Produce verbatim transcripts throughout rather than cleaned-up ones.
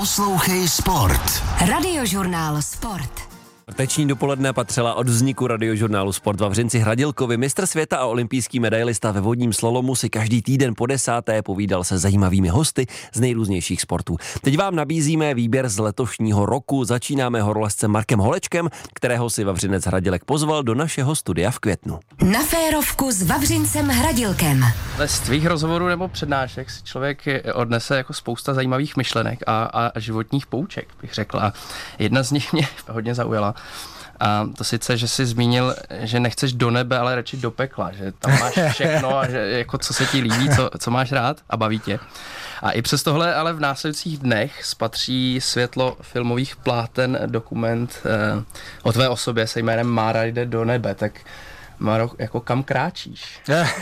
Poslouchej Sport. Radiožurnál Sport. Čtvrteční dopoledne patřila od vzniku radiožurnálu Sport Vavřinci Hradilkovi. Mistr světa a olympijský medailista ve vodním slalomu si každý týden po desáté povídal se zajímavými hosty z nejrůznějších sportů. Teď vám nabízíme výběr z letošního roku. Začínáme horolezcem Markem Holečkem, kterého si Vavřinec Hradilek pozval do našeho studia v květnu. Na férovku s Vavřincem Hradilkem. Z tvých rozhovorů nebo přednášek si člověk odnese jako spousta zajímavých myšlenek a, a životních pouček, bych řekla. Jedna z nich mě hodně zaujala. A to sice, že jsi zmínil, že nechceš do nebe, ale radši do pekla, že tam máš všechno a že jako co se ti líbí, co, co máš rád a baví tě. A i přes tohle, ale v následujících dnech spatří světlo filmových pláten dokument eh, o tvé osobě se jménem Mára jde do nebe, tak Máro, jako kam kráčíš?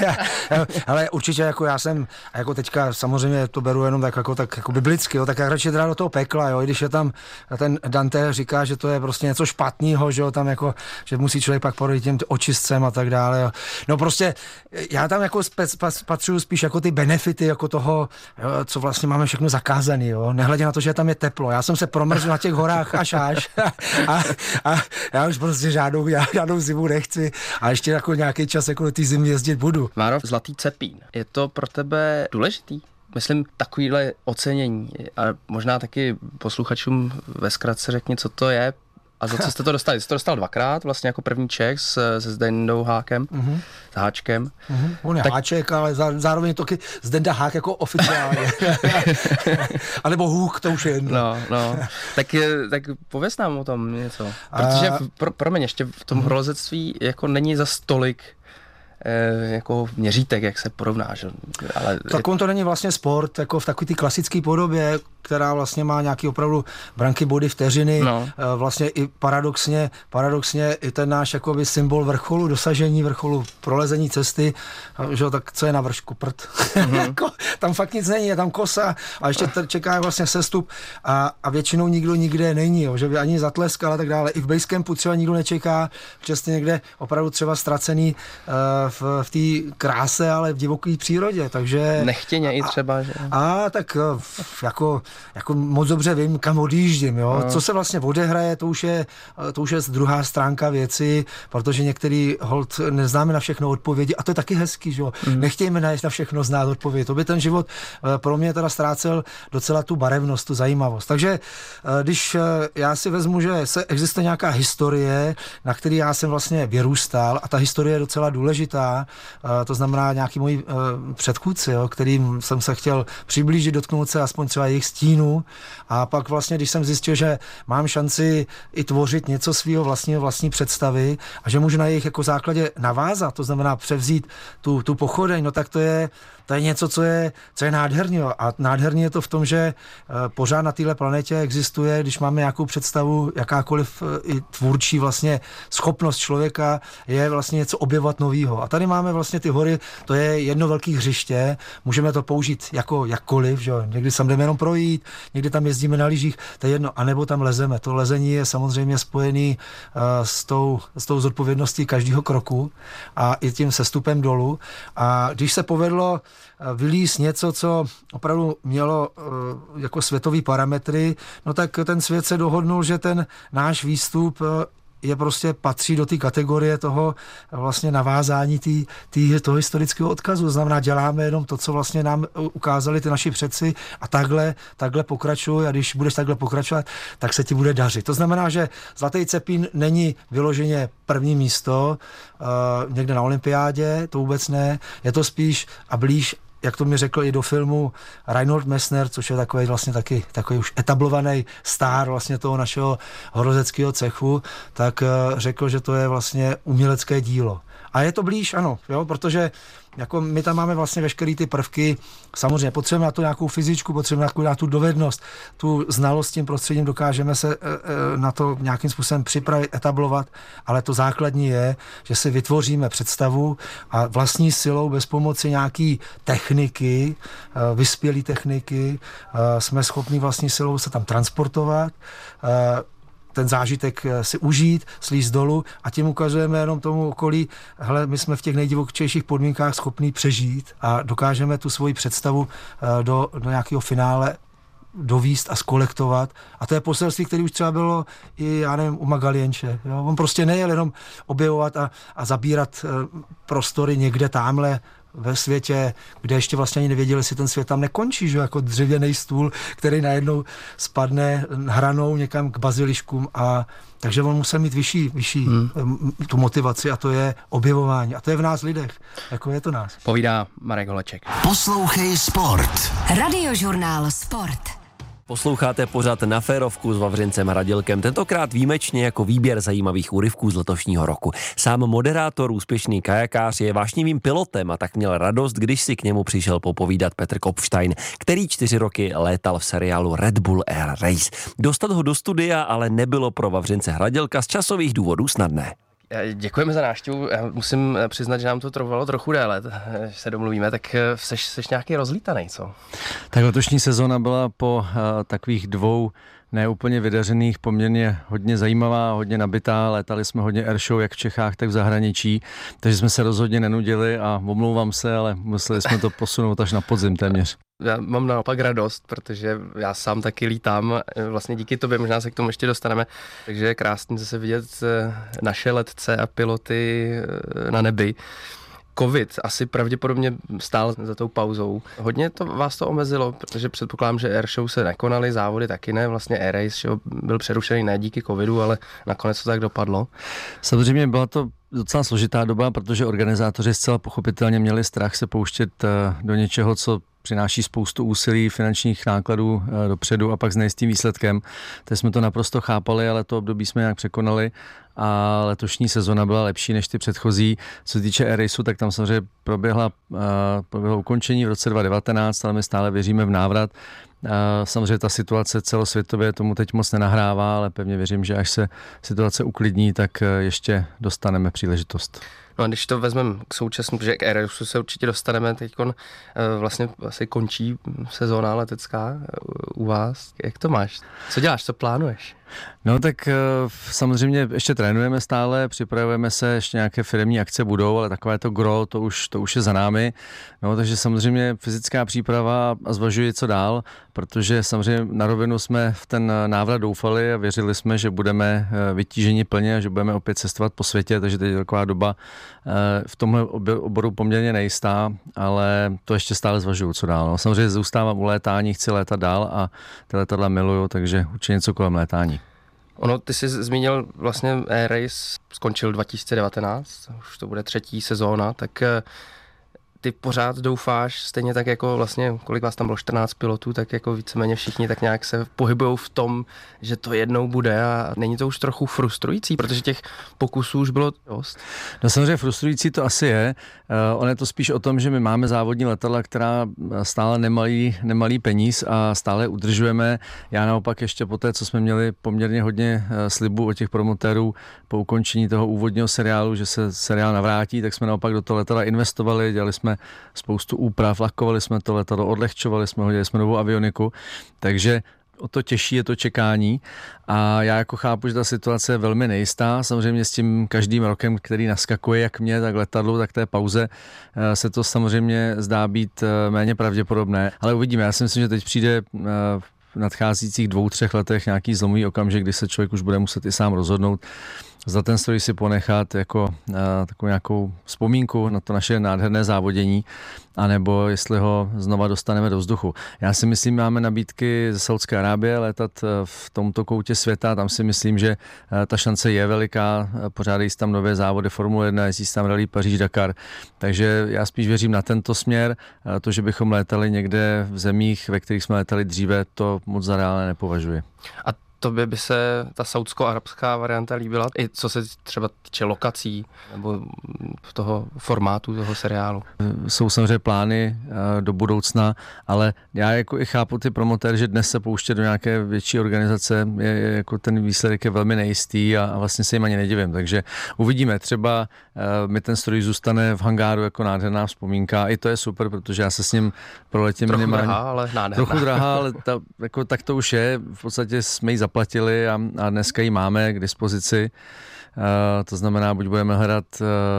Ale určitě jako já jsem, jako teďka samozřejmě to beru jenom tak jako, tak jako biblicky, jo, tak jak radši teda do toho pekla, jo, i když je tam, ten Dante říká, že to je prostě něco špatného, že jo, tam jako, že musí člověk pak projít těm očistcem a tak dále, jo. No prostě, já tam jako spatřuju spíš jako ty benefity, jako toho, jo, co vlastně máme všechno zakázaný, jo, nehledě na to, že tam je teplo. Já jsem se promrzl na těch horách až až a, a já už prostě žádnou, já žádnou zimu nechci a ještě jako nějaký čas jako do té zimy jezdit budu. Máro, Zlatý cepín, je to pro tebe důležitý? Myslím, takovýhle ocenění a možná taky posluchačům ve zkratce řekni, co to je a za co jste to dostali. Jste to dostal dvakrát, vlastně jako první Čech se Zdendou Hákem, mm-hmm. s Háčkem. Mm-hmm. On je tak... Háček, ale zá, zároveň to Zdenda Hák jako oficiálně. A nebo Hůk, to už je jedno. No, no. Tak, tak pověz nám o tom něco. Protože, a... pro, promiň, ještě v tom horolezectví jako není za stolik jako měřítek, jak se porovná, že? Ale tak on to není vlastně sport, jako v takové ty klasické podobě, která vlastně má nějaký opravdu branky, body, vteřiny, no. Vlastně i paradoxně, paradoxně i ten náš jakoby symbol vrcholu, dosažení vrcholu, prolezení cesty, že tak co je na vršku? Prd. Mm-hmm. Tam fakt nic není, je tam kosa a ještě t- čeká vlastně sestup a, a většinou nikdo nikde není, jo, že by ani zatleskal a tak dále. I v basecampu třeba nikdo nečeká, že jste někde opravdu třeba ztracený uh, v, v té kráse, ale v divoké přírodě, takže... Nechtěně i třeba, že? A, a tak jako, jako moc dobře vím, kam odjíždím, jo. No. Co se vlastně odehraje, to už je, to už je druhá stránka věci, protože některý hold neznáme na všechno odpovědi a to je taky hezký, že jo. Mm. Nechtějme na všechno znát odpověď. To by ten život pro mě teda ztrácel docela tu barevnost, tu zajímavost. Takže když já si vezmu, že se existuje nějaká historie, na který já jsem vlastně vyrůstal a ta historie je docela důležitá, to znamená nějaký moji předchůdci, jo, kterým jsem se chtěl přiblížit, dotknout se aspoň třeba jejich stínu a pak vlastně, když jsem zjistil, že mám šanci i tvořit něco svého vlastního, vlastní představy a že můžu na jejich jako základě navázat, to znamená převzít tu, tu pochodeň, no tak to je To je něco, co je, co je nádherný. A nádherný je to v tom, že pořád na téhle planetě existuje, když máme nějakou představu, jakákoliv i tvůrčí vlastně schopnost člověka je vlastně něco objevovat novýho. A tady máme vlastně ty hory, to je jedno velké hřiště, můžeme to použít jako jakkoliv, že? Někdy tam jdeme jenom projít, někdy tam jezdíme na lyžích, to je jedno, anebo tam lezeme. To lezení je samozřejmě spojený uh, s, tou, s tou zodpovědností každého kroku a i tím sestupem dolů. A když se povedlo vylíst něco, co opravdu mělo uh, jako světový parametry, no tak ten svět se dohodnul, že ten náš výstup uh, je prostě patří do té kategorie toho vlastně navázání tý, tý, toho historického odkazu. To znamená, děláme jenom to, co vlastně nám ukázali ty naši předci a takhle, takhle pokračuj a když budeš takhle pokračovat, tak se ti bude dařit. To znamená, že Zlatý cepín není vyloženě první místo uh, někde na olympiádě, to vůbec ne, je to spíš a blíž, jak to mi řekl i do filmu Reinhold Messner, což je takový vlastně taky takový už etablovaný star vlastně toho našeho horolezeckého cechu, tak řekl, že to je vlastně umělecké dílo. A je to blíž, ano, jo, protože jako my tam máme vlastně veškeré ty prvky, samozřejmě potřebujeme na to nějakou fyzičku, potřebujeme na tu dovednost, tu znalost tím prostředím dokážeme se e, na to nějakým způsobem připravit, etablovat, ale to základní je, že si vytvoříme představu a vlastní silou bez pomoci nějaký techniky, e, vyspělé techniky, e, jsme schopni vlastní silou se tam transportovat, e, ten zážitek si užít, slízt dolů a tím ukazujeme jenom tomu okolí, hele, my jsme v těch nejdivočejších podmínkách schopní přežít a dokážeme tu svoji představu do, do nějakého finále dovíst a skolektovat. A to je poselství, které už třeba bylo i, já nevím, u Magalienče. Jo? On prostě nejel jenom objevovat a, a zabírat prostory někde tamhle ve světě, kde ještě vlastně ani nevěděli, jestli ten svět tam nekončí, že jako dřevěný stůl, který najednou spadne hranou někam k baziliškům a takže on musel mít vyšší, vyšší hmm. tu motivaci a to je objevování. A to je v nás lidech, jako je to nás. Povídá Marek Holeček. Poslouchej sport. Radiožurnál Sport. Posloucháte pořad Na férovku s Vavřincem Radilkem, tentokrát výjimečně jako výběr zajímavých úryvků z letošního roku. Sám moderátor, úspěšný kajakář, je vášnivým pilotem a tak měl radost, když si k němu přišel popovídat Petr Kopfstein, který čtyři roky létal v seriálu Red Bull Air Race. Dostat ho do studia ale nebylo pro Vavřince Radilka z časových důvodů snadné. Děkujeme za návštěvu. Já musím přiznat, že nám to trvalo trochu déle, že se domluvíme, tak seš, seš nějaký rozlítanej, co? Tak letošní sezona byla po uh, takových dvou neúplně vydařených, poměrně hodně zajímavá, hodně nabitá. Létali jsme hodně airshow, jak v Čechách, tak v zahraničí, takže jsme se rozhodně nenudili a omlouvám se, ale museli jsme to posunout až na podzim téměř. Já mám naopak radost, protože já sám taky lítám, vlastně díky tobě, možná se k tomu ještě dostaneme, takže je krásný zase vidět naše letce a piloty na nebi. Covid asi pravděpodobně stál za tou pauzou. Hodně to vás to omezilo, protože předpokládám, že airshow se nekonaly, závody taky ne, vlastně Air Race byl přerušený ne díky covidu, ale nakonec to tak dopadlo. Samozřejmě byla to docela složitá doba, protože organizátoři zcela pochopitelně měli strach se pouštět do něčeho, co přináší spoustu úsilí, finančních nákladů dopředu a pak s nejistým výsledkem. Takže jsme to naprosto chápali, ale to období jsme nějak překonali a letošní sezona byla lepší než ty předchozí. Co se týče Air Raceu, tak tam samozřejmě proběhla, proběhlo ukončení v roce dva tisíce devatenáct, ale my stále věříme v návrat. Samozřejmě ta situace celosvětově tomu teď moc nenahrává, ale pevně věřím, že až se situace uklidní, tak ještě dostaneme příležitost. No a když to vezmeme k současnému, že k Air Raceu se určitě dostaneme, teď vlastně asi končí sezóna letecká u vás. Jak to máš? Co děláš? Co plánuješ? No tak samozřejmě ještě trénujeme stále, připravujeme se, ještě nějaké firemní akce budou, ale takové to gro, to už, to už je za námi. No takže samozřejmě fyzická příprava a zvažuji, co dál, protože samozřejmě na rovinu jsme v ten návrat doufali a věřili jsme, že budeme vytíženi plně a že budeme opět cestovat po světě, takže teď je taková doba v tomhle oboru poměrně nejistá, ale to ještě stále zvažuju, co dál. No, samozřejmě zůstávám u létání, chci létat dál a ty letadla miluju, takže určitě něco kolem létání. Ono, ty jsi zmínil vlastně Air Race, skončil dva tisíce devatenáct, už to bude třetí sezóna, tak ty pořád doufáš, stejně tak jako vlastně, kolik vás tam bylo, čtrnáct pilotů, tak jako víceméně všichni tak nějak se pohybujou v tom, že to jednou bude a není to už trochu frustrující, protože těch pokusů už bylo dost? No samozřejmě frustrující to asi je. Uh, on je to spíš o tom, že my máme závodní letadla, která stále nemalý, nemalý peníz a stále udržujeme. Já naopak ještě po té, co jsme měli poměrně hodně slibů od těch promotérů po ukončení toho úvodního seriálu, že se seriál navrátí, tak jsme naopak do toho letadla investovali, dělali jsme spoustu úprav, lakovali jsme to letadlo, odlehčovali jsme ho, dělali jsme novou avioniku, takže o to těžší je to čekání a já jako chápu, že ta situace je velmi nejistá. Samozřejmě s tím každým rokem, který naskakuje jak mě, tak letadlu, tak té pauze se to samozřejmě zdá být méně pravděpodobné, ale uvidíme. Já si myslím, že teď přijde v nadcházejících dvou, třech letech nějaký zlomový okamžik, kdy se člověk už bude muset i sám rozhodnout, za ten stroj si ponechat jako uh, takovou nějakou vzpomínku na to naše nádherné závodění, anebo jestli ho znova dostaneme do vzduchu. Já si myslím, máme nabídky ze Saúdské Arábie létat v tomto koutě světa, tam si myslím, že uh, ta šance je veliká, pořádají tam nové závody Formule jedna, jezdí tam rally Paříž-Dakar, takže já spíš věřím na tento směr, uh, to, že bychom létali někde v zemích, ve kterých jsme létali dříve, to moc za reálné nepovažuji. A tobě by se ta saúdsko-arabská varianta líbila, i co se třeba týče lokací nebo toho formátu toho seriálu? Jsou samozřejmě plány do budoucna, ale já jako i chápu ty promotéry, že dnes se pouštět do nějaké větší organizace, je, je jako ten výsledek je velmi nejistý a, a vlastně se jim ani nedivím, takže uvidíme, třeba mi ten stroj zůstane v hangáru jako nádherná vzpomínka, i to je super, protože já se s ním proletím trochu minimálně. Drahá, ale nádherná. Trochu drahá, ale ta, jako, tak to už je, v podstatě jsme ji zaplatili a, a dneska ji máme k dispozici. Uh, to znamená, buď budeme hledat uh,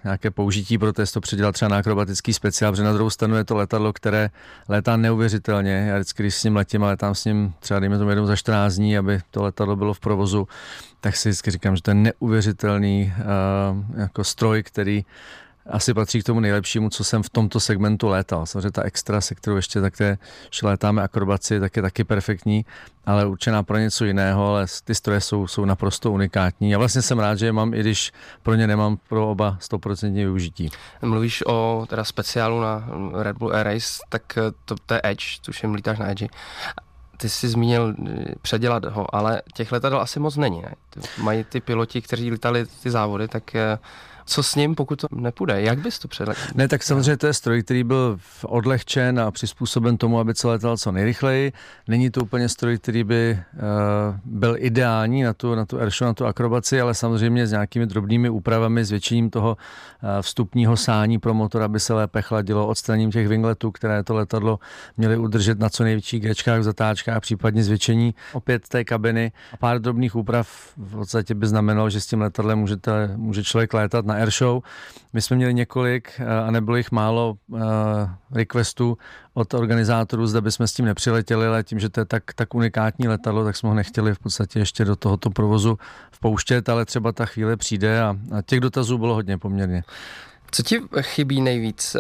nějaké použití, proto to předělat třeba na akrobatický speciál, protože na druhou stranu je to letadlo, které létá neuvěřitelně. Já vždycky, když s ním letím a letám s ním třeba dejme tomu jednou za čtrnáct dní, aby to letadlo bylo v provozu, tak si vždycky říkám, že to je neuvěřitelný uh, jako stroj, který asi patří k tomu nejlepšímu, co jsem v tomto segmentu létal. Samozřejmě ta extra, se kterou ještě také létáme akrobaci, tak je taky perfektní, ale určená pro něco jiného, ale ty stroje jsou, jsou naprosto unikátní. A vlastně jsem rád, že je mám, i když pro ně nemám pro oba stoprocentní využití. Mluvíš o teda speciálu na Red Bull Air Race, tak to, to je Edge, tuším, lítáš na Edge. Ty jsi zmínil předělat ho, ale těch letadel asi moc není, ne? Mají ty piloti, kteří lítali ty závody, tak co s ním, pokud to nepůjde? Jak bys to předletěl? Ne, tak samozřejmě to je stroj, který byl odlehčen a přizpůsoben tomu, aby se letal co nejrychleji. Není to úplně stroj, který by uh, byl ideální na tu, na tu airshow, na tu akrobaci, ale samozřejmě s nějakými drobnými úpravami, zvětšením toho uh, vstupního sání pro motor, aby se lépe chladilo, odstraněním těch wingletů, které to letadlo měly udržet na co největších géčkách, zatáčkách, případně zvětšení opět té kabiny. A pár drobných úprav v podstatě by znamenalo, že s tím letadlem můžete, může člověk létat na airshow. My jsme měli několik a nebylo jich málo uh, requestů od organizátorů, zda bychom s tím nepřiletěli, ale tím, že to je tak, tak unikátní letadlo, tak jsme ho nechtěli v podstatě ještě do tohoto provozu vpouštět, ale třeba ta chvíle přijde a, a těch dotazů bylo hodně poměrně. Co ti chybí nejvíc? Uh,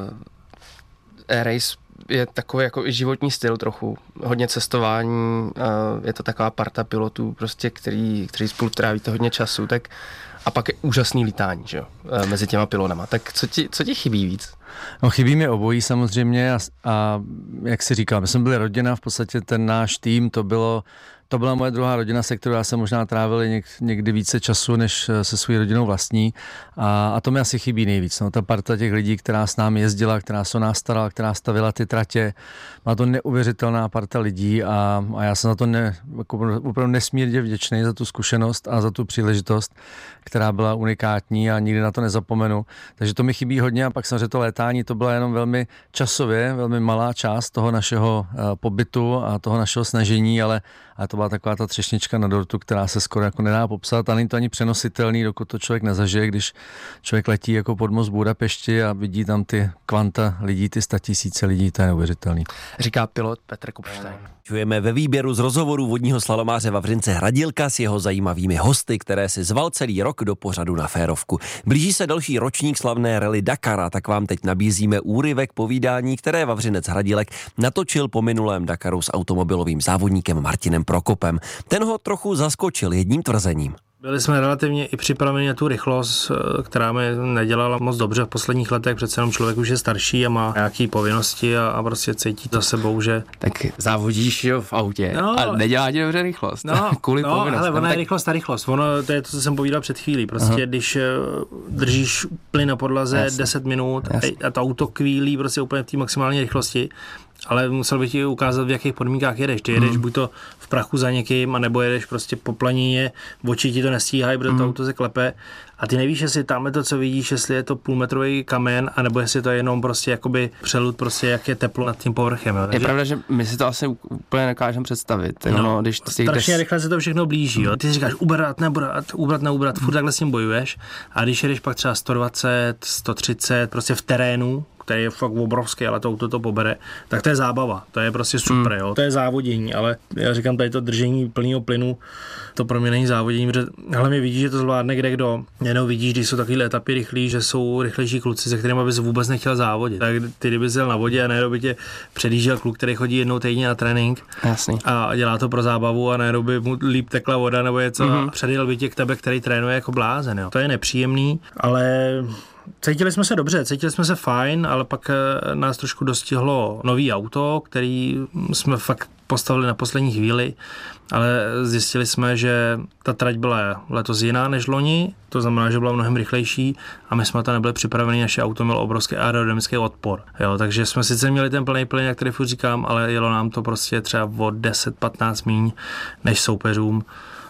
Air Race je takový jako i životní styl trochu, hodně cestování, uh, je to taková parta pilotů, prostě, který, který spolu trávíte hodně času, tak a pak je úžasný lítání, že jo, mezi těma pilonama. Tak co ti, co ti chybí víc? No, chybí mi obojí samozřejmě a, a jak si říkal, my jsme byli rodina, v podstatě ten náš tým, to bylo To byla moje druhá rodina, se kterou já jsem možná trávil něk, někdy více času, než se svou rodinou vlastní. A, a to mi asi chybí nejvíc. No, ta parta těch lidí, která s námi jezdila, která se o nás starala, která stavila ty tratě. Má to neuvěřitelná parta lidí a, a já jsem za to ne, jako opravdu nesmírně vděčný za tu zkušenost a za tu příležitost, která byla unikátní a nikdy na to nezapomenu. Takže to mi chybí hodně a pak samozřejmě to létání, to byla jenom velmi časově, velmi malá část toho našeho pobytu a toho našeho snažení, ale a to byla taková ta třešnička na dortu, která se skoro jako nedá popsat a není to ani přenositelný, dokud to člověk nezažije, když člověk letí jako pod most Budapešti a vidí tam ty kvanta lidí, ty statisíce lidí, to je neuvěřitelný. Říká pilot Petr Kupštajn. Čujeme ve výběru z rozhovoru vodního slalomáře Vavřince Hradilka s jeho zajímavými hosty, které si zval celý rok do pořadu na férovku. Blíží se další ročník slavné rally Dakara, tak vám teď nabízíme úryvek povídání, které Vavřinec Hradilek natočil po minulém Dakaru s automobilovým závodníkem Martinem Prokopem. Ten ho trochu zaskočil jedním tvrzením. Byli jsme relativně i připraveni na tu rychlost, která mi nedělala moc dobře v posledních letech, přece jenom člověk už je starší a má nějaké povinnosti a, a prostě cítí za sebou, že... Tak závodíš jo, v autě no, a nedělá ti dobře rychlost. No, kvůli no ale ona tak... je rychlost a rychlost. Ono, to je to, co jsem povídal před chvílí. Prostě Aha. když držíš plyn na podlaze Jasne. deset minut Jasne. a to auto kvílí prostě úplně v té maximální rychlosti, ale musel bych ti ukázat, v jakých podmínkách jedeš. Ty jedeš hmm. buď to v prachu za někým, anebo jedeš prostě po planině, oči ti to nestíhají, protože hmm. to auto se klepe a ty nevíš, jestli tamhle to, co vidíš, jestli je to půlmetrový kamen, anebo jestli to je jenom prostě jakoby přelud, prostě jak je teplo nad tím povrchem. Jo. Je Takže... pravda, že my si to asi úplně nekážeme představit. No, no, když ty strašně des... rychle se to všechno blíží. Jo. Ty si říkáš ubrat, nebrat, ubrat, neubrat, furt takhle s tím bojuješ a když jedeš pak třeba sto dvacet, sto třicet, prostě v terénu, který je fakt obrovský, ale to auto to pobere, tak to je zábava, to je prostě super, mm. jo, to je závodění, ale já říkám, tady to držení plného plynu, to pro mě není závodění, protože hlavně vidíš, že to zvládne kde kdo, jenom vidíš, když jsou takové etapy rychlí, že jsou rychlejší kluci, se kterými bys vůbec nechtěl závodit, tak ty kdyby jel na vodě a najednou by tě předjížděl kluk, který chodí jednou týdně na trénink Jasný. a dělá to pro zábavu a najednou by mu líp tekla voda nebo něco mm-hmm. a předjel by tě k tebe, který trénuje jako blázen, jo. To je nepříjemný, ale cítili jsme se dobře, cítili jsme se fajn, ale pak nás trošku dostihlo nový auto, který jsme fakt postavili na poslední chvíli, ale zjistili jsme, že ta trať byla letos jiná než loni, to znamená, že byla mnohem rychlejší a my jsme to nebyli připraveni, naše auto mělo obrovský aerodynamický odpor. Jo, takže jsme sice měli ten plný plyn, jak tady furt říkám, ale jelo nám to prostě třeba o deset patnáct míň než soupeřům.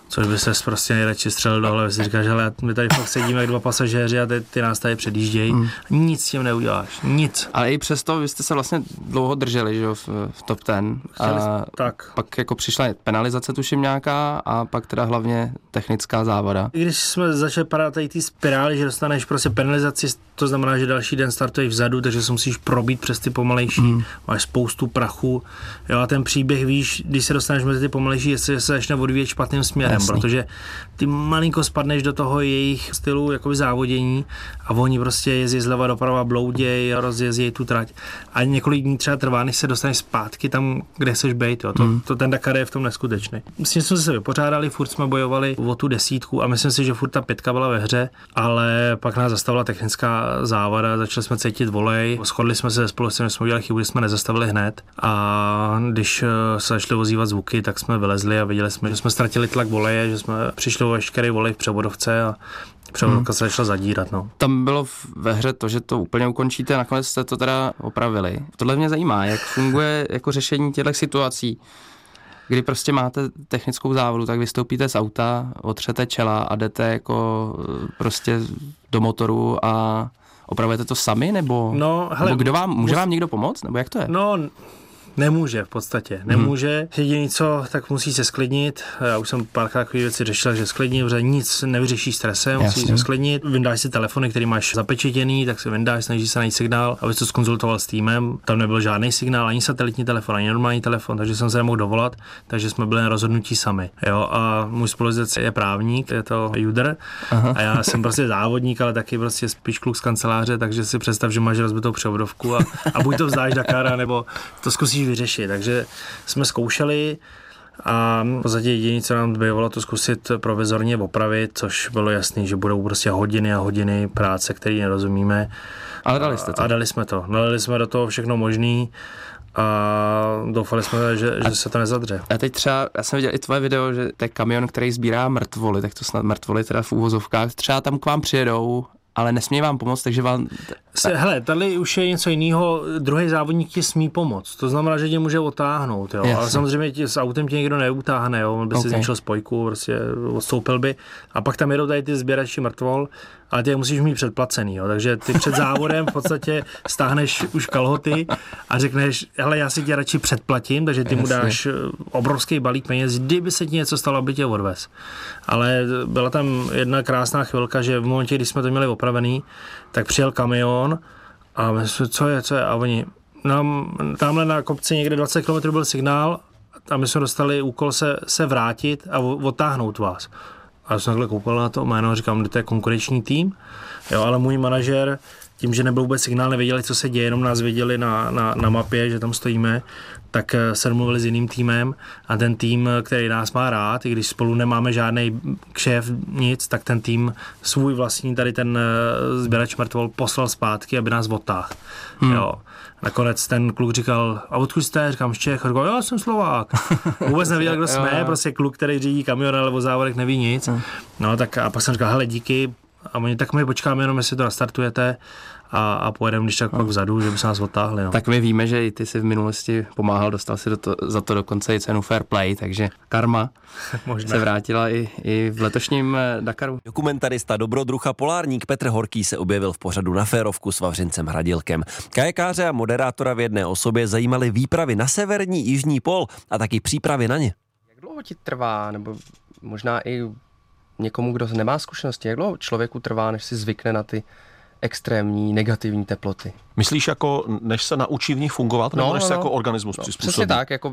Což by se prostě nejradši střelil do hlavy. Si říkáš, hele, my tady fakt sedíme jak dva pasažéři a ty, ty nás tady předjíždějí. Mm. Nic s tím neuděláš. Nic. Ale i přesto vy jste se vlastně dlouho drželi, že jo, v, v top ten. A tak. Pak jako přišla penalizace, tuším nějaká, a pak teda hlavně technická závada. I když jsme začali padat tady ty spirály, že dostaneš prostě penalizaci, to znamená, že další den startuješ vzadu, takže se musíš probít přes ty pomalejší. Mm. Máš spoustu prachu. Jo, a ten příběh víš, když se dostaneš mezi ty pomalejší, jestli se začne odvíjet špatným směrem, Jasný. Protože ty malinko spadneš do toho jejich stylu jakoby závodění a oni prostě jezdí zleva doprava, blouděj, rozjezdí tu trať. A několik dní třeba trvá, než se dostaneš zpátky tam, kde chceš být. Jo. To, mm. to ten Dakar je v tom neskutečný. S tím jsme se vypořádali, furt jsme bojovali o tu desítku a myslím si, že furt ta pětka byla ve hře, ale pak nás zastavila technická závada, začali jsme cítit volej, shodli jsme se spolu, že jsme udělali chybu, že jsme nezastavili hned a když se začaly ozývat zvuky, tak jsme vylezli a viděli jsme, že jsme ztratili tlak voleje, že jsme přišli o veškerý volej v převodovce a převodovka hmm. se začala zadírat. No. Tam bylo ve hře to, že to úplně ukončíte, nakonec jste to teda opravili. Tohle mě zajímá, jak funguje jako řešení těchto situací, kdy prostě máte technickou závodu, tak vystoupíte z auta, otřete čela a jdete jako prostě do motoru a opravujete to sami, nebo, no, hele, nebo kdo vám, může mus... vám někdo pomoct, nebo jak to je? No, nemůže v podstatě, nemůže. Hmm. Jediný co, tak musí se sklidnit. Já už jsem párkrát takové věci řešil, že sklidnit, protože nic nevyřeší stresem, musí se sklidnit. Vyndáš si telefony, který máš zapečetěný, tak si vyndáš, snažíš se najít signál, aby to zkonzultoval s týmem. Tam nebyl žádný signál, ani satelitní telefon, ani normální telefon, takže jsem se nemohl dovolat, takže jsme byli na rozhodnutí sami. Jo, a můj spolujezdec je právník, je to Judr, Aha. a já jsem prostě závodník, ale taky prostě spíš kluk z kanceláře, takže si představ, že máš rozbitou převodovku a, a buď to vzdáš Dakara, nebo to zkusíš vyřešit. Takže jsme zkoušeli a v podstatě jediné, co nám zbývalo, to zkusit provizorně opravit, což bylo jasný, že budou prostě hodiny a hodiny práce, které nerozumíme. Ale dali jste to. A dali jsme to. Dali jsme do toho všechno možný a doufali jsme, že, že se to nezadře. A teď třeba, já jsem viděl i tvoje video, že to je kamion, který sbírá mrtvoly, tak to snad mrtvoly teda v úvozovkách, třeba tam k vám přijedou, ale nesmí vám pomoct, takže vám... Se, hele, tady už je něco jiného, druhý závodník ti smí pomoct, to znamená, že tě může otáhnout, jo, ale samozřejmě tě, s autem tě někdo neutáhne, jo, on by okay. si zničil spojku, prostě odstoupil by a pak tam jedou tady ty sběrači mrtvol, ale ty je musíš mít předplacený, jo, takže ty před závodem v podstatě stáhneš už kalhoty a řekneš, hele, já si tě radši předplatím, takže ty mu dáš obrovský balík peněz, kdyby se ti něco stalo, aby tě odvez. Ale byla tam jedna krásná chvilka, že v momentě, kdy jsme to měli opravený, tak přijel kamion a my jsme, co je, co je, a oni, nám, tamhle na kopci někde dvacet kilometrů byl signál a my jsme dostali úkol se, se vrátit a odtáhnout vás. A já jsem takhle koukal na to jméno a říkám, že to je konkurenční tým, jo, ale můj manažer, tím, že nebyl vůbec signál, nevěděli, co se děje, jenom nás věděli na, na, na mapě, že tam stojíme, tak se domluvili s jiným týmem a ten tým, který nás má rád, i když spolu nemáme žádný kšéf, nic, tak ten tým svůj vlastní, tady ten sběrač mrtvol poslal zpátky, aby nás odtáhl. Hmm. Jo. Nakonec ten kluk říkal, a odkud jste? Říkám, z Čech. A říkal, já jsem Slovák. Vůbec nevěděl, kdo jsme, prostě kluk, který řídí kamion, ale o závodech neví nic. No tak a pak jsem říkal, hele, díky. A oni, tak my počkáme jenom, jestli to nastartujete a, a pojedeme, když tak no. pak vzadu, že by se nás odtáhli. No. Tak my víme, že i ty si v minulosti pomáhal, dostal si do to, za to dokonce i cenu Fair Play, takže karma se vrátila i, i v letošním Dakaru. Dokumentarista, dobrodruh a polárník Petr Horký se objevil v pořadu Na férovku s Vavřincem Hradilkem. Kajakáře a moderátora v jedné osobě zajímaly výpravy na severní jižní pol a taky přípravy na ně. Jak dlouho ti trvá, nebo možná i někomu, kdo nemá zkušenosti, jak dlouho člověku trvá, než si zvykne na ty extrémní negativní teploty? Myslíš jako, než se naučí v nich fungovat, nebo no, než se no, jako organismus no, přizpůsobí? Přesně tak, jako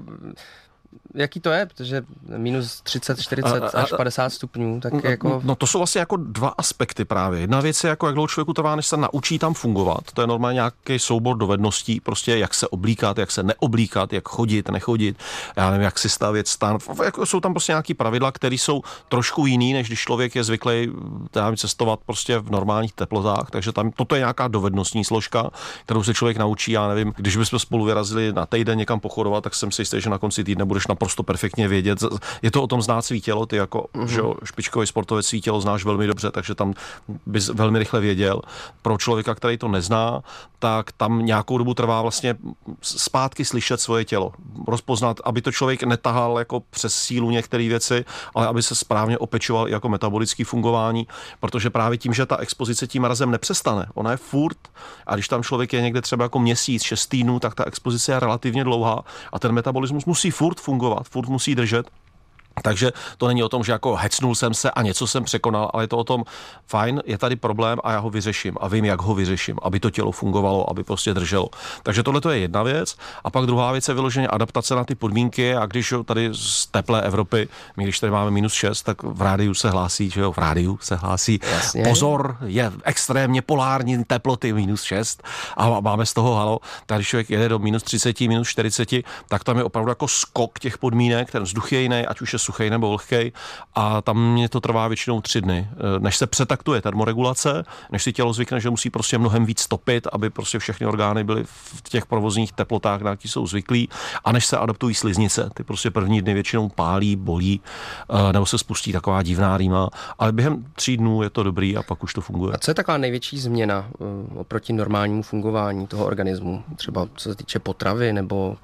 jaký to je, protože minus třicet, čtyřicet a, a, až padesát stupňů, tak no, jako... No to jsou vlastně jako dva aspekty právě. Jedna věc je, jako jak dlouho člověku trvá, než se naučí tam fungovat. To je normálně nějaký soubor dovedností, prostě jak se oblíkat, jak se neoblíkat, jak chodit, nechodit, já nevím, jak si stavět stan. Jako jsou tam prostě nějaký pravidla, které jsou trošku jiný, než když člověk je zvyklý cestovat prostě v normálních teplotách, takže tam toto je nějaká dovednostní složka, kterou se člověk naučí, já nevím, když bychom spolu vyrazili na týden někam pochodovat, tak jsem si jistý, že na konci týdne budeš budeš naprosto perfektně vědět. Je to o tom znát svý tělo, ty jako mm-hmm. že jo, špičkový sportovec svý tělo znáš velmi dobře, takže tam bys velmi rychle věděl. Pro člověka, který to nezná, tak tam nějakou dobu trvá vlastně zpátky slyšet svoje tělo. Rozpoznat, aby to člověk netahal jako přes sílu některé věci, ale aby se správně opečoval i jako metabolické fungování, protože právě tím, že ta expozice tím mrazem nepřestane, ona je furt, a když tam člověk je někde třeba jako měsíc, šest týdnů, tak ta expozice je relativně dlouhá a ten metabolismus musí furt fungovat, furt musí držet. Takže to není o tom, že jako hecnul jsem se a něco jsem překonal, ale je to o tom, fajn, je tady problém a já ho vyřeším a vím, jak ho vyřeším, aby to tělo fungovalo, aby prostě drželo. Takže tohle to je jedna věc. A pak druhá věc je vyloženě adaptace na ty podmínky, a když tady z teplé Evropy, my když tady máme minus šest, tak v rádiu se hlásí, že jo, v rádiu se hlásí, jasně. Pozor, je extrémně polární teploty minus šest a máme z toho halo. Tak když člověk jede do minus třicet, minus čtyřicet, tak tam je opravdu jako skok těch podmínek, ten vzduch je jiný, ať už je suchej nebo vlhkej, a tam mě to trvá většinou tři dny. Než se přetaktuje termoregulace, než si tělo zvykne, že musí prostě mnohem víc topit, aby prostě všechny orgány byly v těch provozních teplotách, na jaký jsou zvyklí, a než se adaptují sliznice. Ty prostě první dny většinou pálí, bolí, nebo se spustí taková divná rýma, ale během tří dnů je to dobrý a pak už to funguje. A co je taková největší změna oproti normálnímu fungování toho organismu? Třeba co se týče potravy nebo...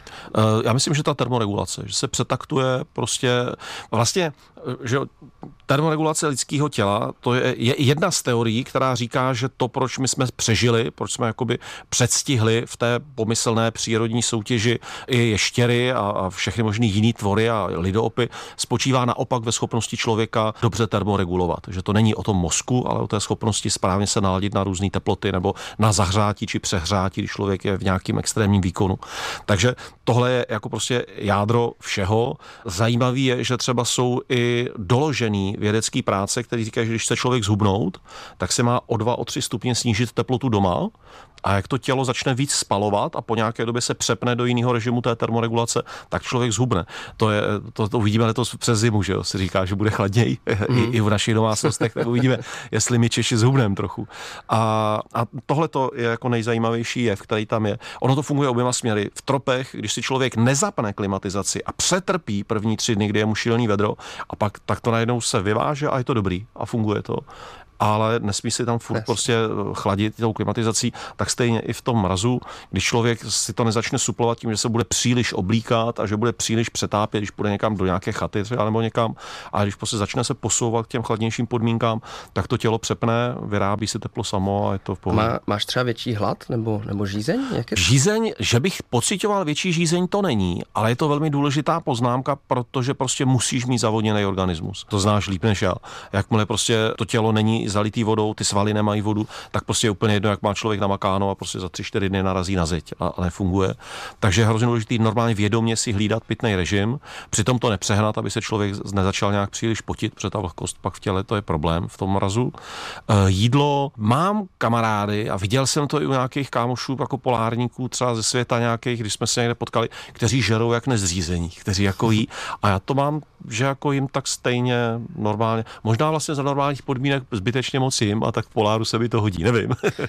Já myslím, že ta termoregulace, že se přetaktuje prostě vlastně, že termoregulace lidského těla, to je, je jedna z teorií, která říká, že to, proč my jsme přežili, proč jsme jakoby předstihli v té pomyslné přírodní soutěži i ještěry a, a všechny možný jiný tvory a lidoopy, spočívá naopak ve schopnosti člověka dobře termoregulovat. Že to není o tom mozku, ale o té schopnosti správně se naladit na různé teploty nebo na zahřátí či přehřátí, když člověk je v nějakém extrémním výkonu. Takže tohle je jako prostě jádro všeho. Zajímavý je, že třeba jsou i doložený vědecký práce, který říká, že když chce člověk zhubnout, tak se má o dva, o tři stupně snížit teplotu doma, a jak to tělo začne víc spalovat a po nějaké době se přepne do jiného režimu té termoregulace, tak člověk zhubne. To je, to, to uvidíme letos přes zimu, že jo? Se říká, že bude chladněji mm. I, i v našich domácnostech, tak uvidíme, jestli my Češi zhubneme trochu. A, a tohle to je jako nejzajímavější jev, který tam je. Ono to funguje oběma směry. V tropech, když si člověk nezapne klimatizaci a přetrpí první tři dny, kdy je mu šílený vedro, a pak tak to najednou se vyváže a je to dobrý a funguje to. Ale nesmí si tam furt yes. prostě chladit tou klimatizací, tak stejně i v tom mrazu, když člověk si to nezačne suplovat tím, že se bude příliš oblíkat a že bude příliš přetápět, když půjde někam do nějaké chaty třeba nebo někam, a když prostě začne se posouvat k těm chladnějším podmínkám, tak to tělo přepne, vyrábí si teplo samo a je to v pohodě. Má, máš třeba větší hlad nebo, nebo žízeň? Jaké... Žízeň, že bych pocitoval větší žízeň, to není, ale je to velmi důležitá poznámka, protože prostě musíš mít zavodněný organismus. To znáš líp než já. Jakmile prostě to tělo není zalitý vodou, ty svaly nemají vodu, tak prostě je úplně jedno, jak má člověk namakáno, a prostě za tři, čtyři dny narazí na zeď a, a nefunguje. Takže je hrozně důležitý normálně vědomě si hlídat pitný režim, přitom to nepřehnat, aby se člověk nezačal nějak příliš potit, protože ta vlhkost pak v těle, to je problém v tom mrazu. E, jídlo, mám kamarády a viděl jsem to i u nějakých kámošů jako polárníků třeba ze světa nějakých, když jsme se někde potkali, kteří žerou jak nezřízení, kteří jako jí, a já to mám, že jako jim tak stejně normálně, možná vlastně za normálních podmínek zbytečně moc jim, a tak v poláru se mi to hodí, nevím.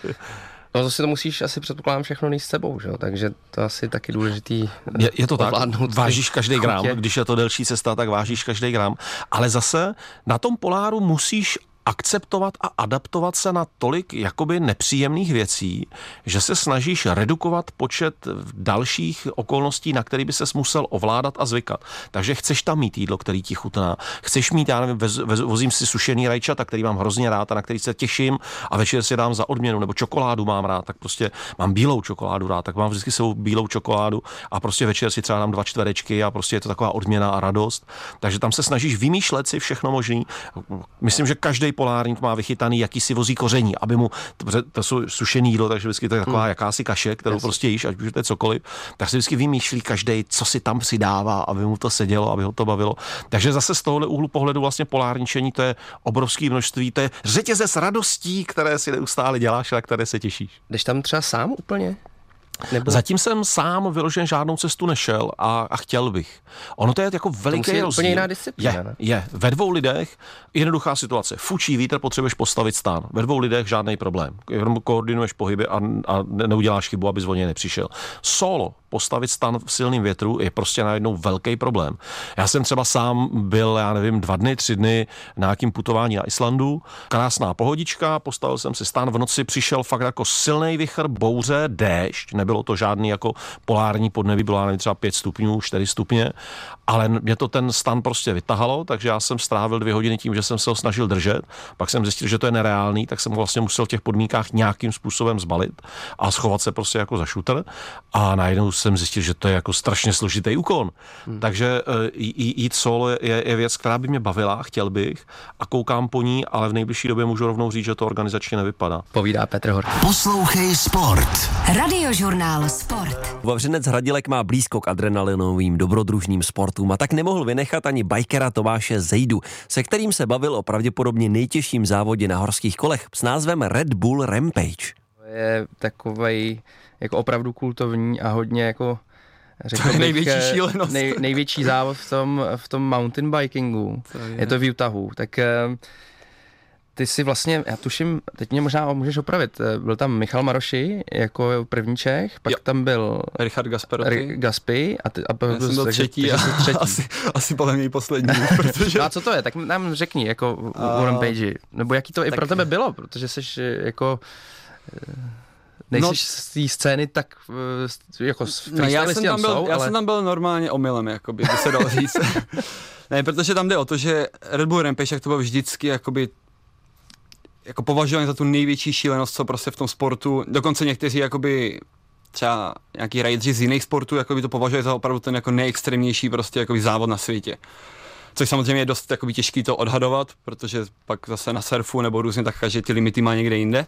No to si to musíš asi předpokládám všechno nést s sebou, že jo? Takže to asi taky důležitý. Je, je to tak, vážíš každý gram, když je to delší cesta, tak vážíš každý gram, ale zase na tom poláru musíš akceptovat a adaptovat se na tolik jakoby nepříjemných věcí, že se snažíš redukovat počet dalších okolností, na který by ses musel ovládat a zvykat. Takže chceš tam mít jídlo, který ti chutná. Chceš mít, já nevím, vez, vez, vozím si sušený rajčata, který mám hrozně rád a na který se těším, a večer si dám za odměnu, nebo čokoládu mám rád, tak prostě mám bílou čokoládu rád, tak mám vždycky svou bílou čokoládu a prostě večer si třeba dám dva čtverečky a prostě je to taková odměna a radost. Takže tam se snažíš vymýšlet si všechno možný. Myslím, že každý polárník má vychytaný, jaký si vozí koření, aby mu, to jsou sušený jídlo, takže vždycky to je taková jakási kaše, kterou yes. prostě jíš, ať už to je cokoliv, tak si vždycky vymýšlí každý, co si tam přidává, aby mu to sedělo, aby ho to bavilo. Takže zase z tohohle úhlu pohledu vlastně polárničení, to je obrovské množství, to je řetězec radostí, které si neustále děláš a které se těšíš. Jdeš tam třeba sám úplně? Nebo... Zatím jsem sám vyloženě žádnou cestu nešel a, a chtěl bych. Ono to je jako veliký rozdíl. Úplně jiná disciplína. Je, je. Ve dvou lidech jednoduchá situace. Fučí vítr, potřebuješ postavit stán. Ve dvou lidech žádný problém. Jenom koordinuješ pohyby a, a neuděláš chybu, aby zvoně nepřišel. Solo postavit stan v silném větru je prostě najednou velký problém. Já jsem třeba sám byl, já nevím, dva dny, tři dny na nějakým putování na Islandu, krásná pohodička, postavil jsem si stan, v noci přišel fakt jako silný vichr, bouře, déšť, nebylo to žádný jako polární podnebí, bylo nevím, třeba pět stupňů, čtyři stupně, ale mě to ten stan prostě vytahalo, takže já jsem strávil dvě hodiny tím, že jsem se ho snažil držet, pak jsem zjistil, že to je nereálný, tak jsem ho vlastně musel v těch podmínkách nějakým způsobem zbalit a schovat se prostě jako za šutr a najednou jsem zjistil, že to je jako strašně složitý úkon. Hmm. Takže jít solo je, je věc, která by mě bavila, chtěl bych a koukám po ní, ale v nejbližší době můžu rovnou říct, že to organizačně nevypadá. Povídá Petr Hor. Poslouchej sport. Radiožurnál Sport. Vavřinec Hradilek má blízko k adrenalinovým dobrodružným sportům a tak nemohl vynechat ani bajkera Tomáše Zejdu, se kterým se bavil o pravděpodobně nejtěžším závodě na horských kolech s názvem Red Bull Rampage. Je takovej jako opravdu kultovní a hodně jako řekl bych, největší šílenost. Nej, největší závod v tom, v tom mountain bikingu. To je. je to v Utahu. Tak ty si vlastně, já tuším, teď mě možná můžeš opravit, byl tam Michal Maroši jako první Čech, pak jo. tam byl Richard Gasperotti. Gaspi a, ty, a já jsem byl třetí a třetí. asi, asi podle mě poslední. Protože... No a co to je? Tak nám řekni, jako u uh, Rampage, nebo jaký to tak... i pro tebe bylo, protože jsi jako... Nejsi no, z té scény tak jako no, já, jsem tam byl, jsou, já ale... jsem tam byl normálně omylem, jakoby, by se dalo říct. Ne, protože tam jde o to, že Red Bull Rampage, jak to bylo vždycky, jakoby, jako považovaný za tu největší šílenost, co prostě v tom sportu, dokonce někteří jakoby třeba nějaký rajdři z jiných sportů, jakoby to považují za opravdu ten jako nejextrémnější prostě jakoby závod na světě. Což samozřejmě je dost jakoby těžký to odhadovat, protože pak zase na surfu nebo různě tak každý ty limity má někde jinde.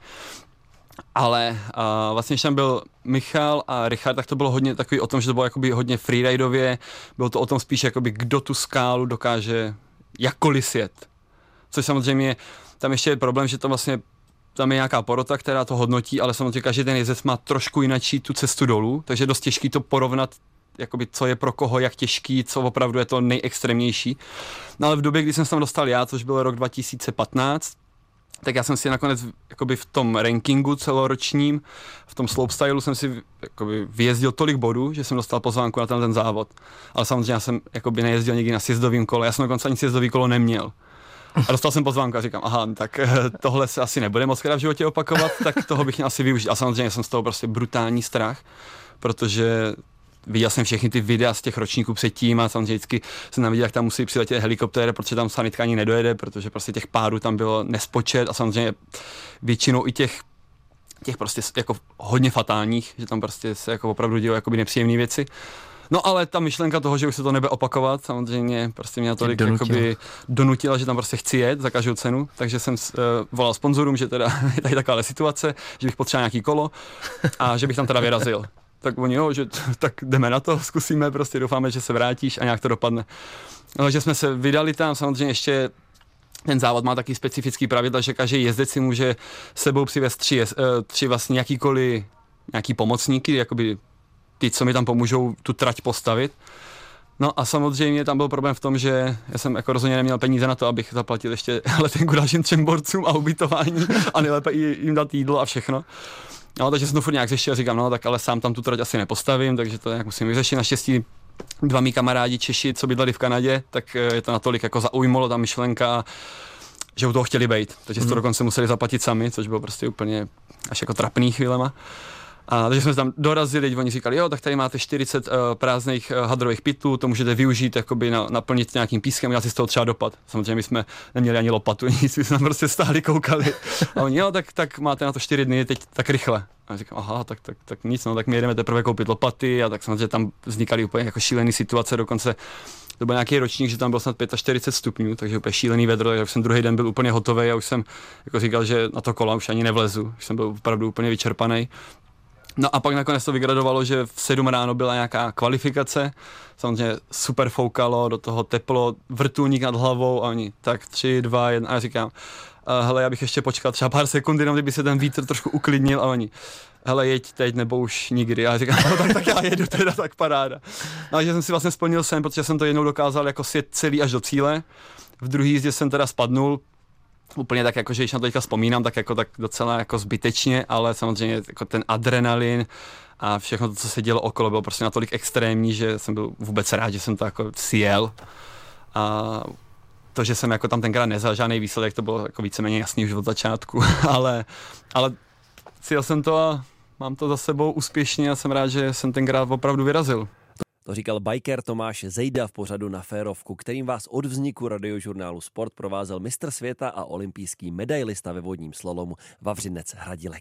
Ale uh, vlastně, když tam byl Michal a Richard, tak to bylo hodně takový o tom, že to bylo jakoby hodně freeridově, bylo to o tom spíš, jakoby, kdo tu skálu dokáže jakkoliv sjet. Což samozřejmě, tam ještě je problém, že to vlastně, tam je nějaká porota, která to hodnotí, ale samozřejmě každý ten jezdec má trošku jinačí tu cestu dolů, takže je dost těžký to porovnat, jakoby, co je pro koho, jak těžký, co opravdu je to nejextrémnější. No ale v době, kdy jsem se tam dostal já, což byl rok dva tisíce patnáct, tak já jsem si nakonec jakoby v tom rankingu celoročním, v tom slopestylu jsem si jakoby vyjezdil tolik bodů, že jsem dostal pozvánku na ten, ten závod. Ale samozřejmě já jsem jakoby nejezdil nikdy na sjezdovým kole, já jsem dokonce ani sjezdový kolo neměl. A dostal jsem pozvánku a říkám, aha, tak tohle se asi nebude moc krát v životě opakovat, tak toho bych měl asi využít. A samozřejmě jsem z toho prostě brutální strach, protože viděl jsem všechny ty videa z těch ročníků předtím a samozřejmě vždycky jsem tam viděl, jak tam musí přiletět helikoptér, protože tam sanitka ani nedojede, protože prostě těch párů tam bylo nespočet a samozřejmě většinou i těch, těch prostě jako hodně fatálních, že tam prostě se jako opravdu dělo jakoby nepříjemné věci. No ale ta myšlenka toho, že už se to nebude opakovat, samozřejmě prostě mě tolik jakoby donutila, že tam prostě chci jet za každou cenu, takže jsem uh, volal sponzorům, že teda je tady taková situace, že bych potřeboval nějaký kolo a že bych tam teda vyrazil. Tak oni, jo, že tak jdeme na to, zkusíme, prostě doufáme, že se vrátíš a nějak to dopadne. No, že jsme se vydali tam, samozřejmě ještě ten závod má taky specifický pravidla, že každý jezdec si může sebou přivést tři, tři vlastně jakýkoliv, nějaký pomocníky, jakoby ty, co mi tam pomůžou tu trať postavit. No a samozřejmě tam byl problém v tom, že já jsem jako rozhodně neměl peníze na to, abych zaplatil ještě letenku dalším třem borcům a ubytování a nejlépe jim dát jídlo a všechno. No, takže jsem to furt nějak řešil a říkám, no tak ale sám tam tu trať asi nepostavím, takže to nějak musím vyřešit. Naštěstí dva mý kamarádi Češi, co bydleli v Kanadě, tak je to natolik jako zaujmulo ta myšlenka, že u toho chtěli bejt. Takže mm. to dokonce museli zaplatit sami, což bylo prostě úplně až jako trapný chvílema. A takže jsme tam dorazili, oni říkali, jo, tak tady máte čtyřicet uh, prázdných uh, hadrových pytlů, to můžete využít, jakoby na, naplnit nějakým pískem, já si z toho třeba dopad. Samozřejmě my jsme neměli ani lopatu, nic, my jsme prostě stáli, koukali. A oni, jo, tak, tak máte na to čtyři dny, teď tak rychle. A já říkám, aha, tak, tak, tak nic, no, tak my jdeme teprve koupit lopaty a tak samozřejmě tam vznikaly úplně jako šílený situace, dokonce to byl nějaký ročník, že tam byl snad čtyřicet pět stupňů, takže úplně šílený vedro, takže jsem druhý den byl úplně hotový a už jsem jako říkal, že na to kola už ani nevlezu, už jsem byl opravdu úplně vyčerpaný. No a pak nakonec to vygradovalo, že v sedm ráno byla nějaká kvalifikace, samozřejmě super foukalo, do toho teplo, vrtulník nad hlavou a oni tak tři, dva, jedna a já říkám, uh, hele, já bych ještě počkal třeba pár sekund, jenom kdyby se ten vítr trošku uklidnil a oni, hele, jeď teď nebo už nikdy. A já říkám, no tak, tak já jedu teda, tak paráda. No, že jsem si vlastně splnil sen, protože jsem to jednou dokázal jako sjet celý až do cíle, v druhý jízdě jsem teda spadnul, úplně tak jako, že když na to teďka vzpomínám, tak jako tak docela jako zbytečně, ale samozřejmě jako ten adrenalin a všechno to, co se dělo okolo, bylo prostě natolik extrémní, že jsem byl vůbec rád, že jsem to jako sjel. A to, že jsem jako tam tenkrát nezal žádný výsledek, to bylo jako víceméně jasný už od začátku, ale, ale sjel jsem to a mám to za sebou úspěšně a jsem rád, že jsem tenkrát opravdu vyrazil. To říkal biker Tomáš Zejda v pořadu Na férovku, kterým vás od vzniku Radiožurnálu Sport provázel mistr světa a olympijský medailista ve vodním slalomu Vavřinec Hradilek.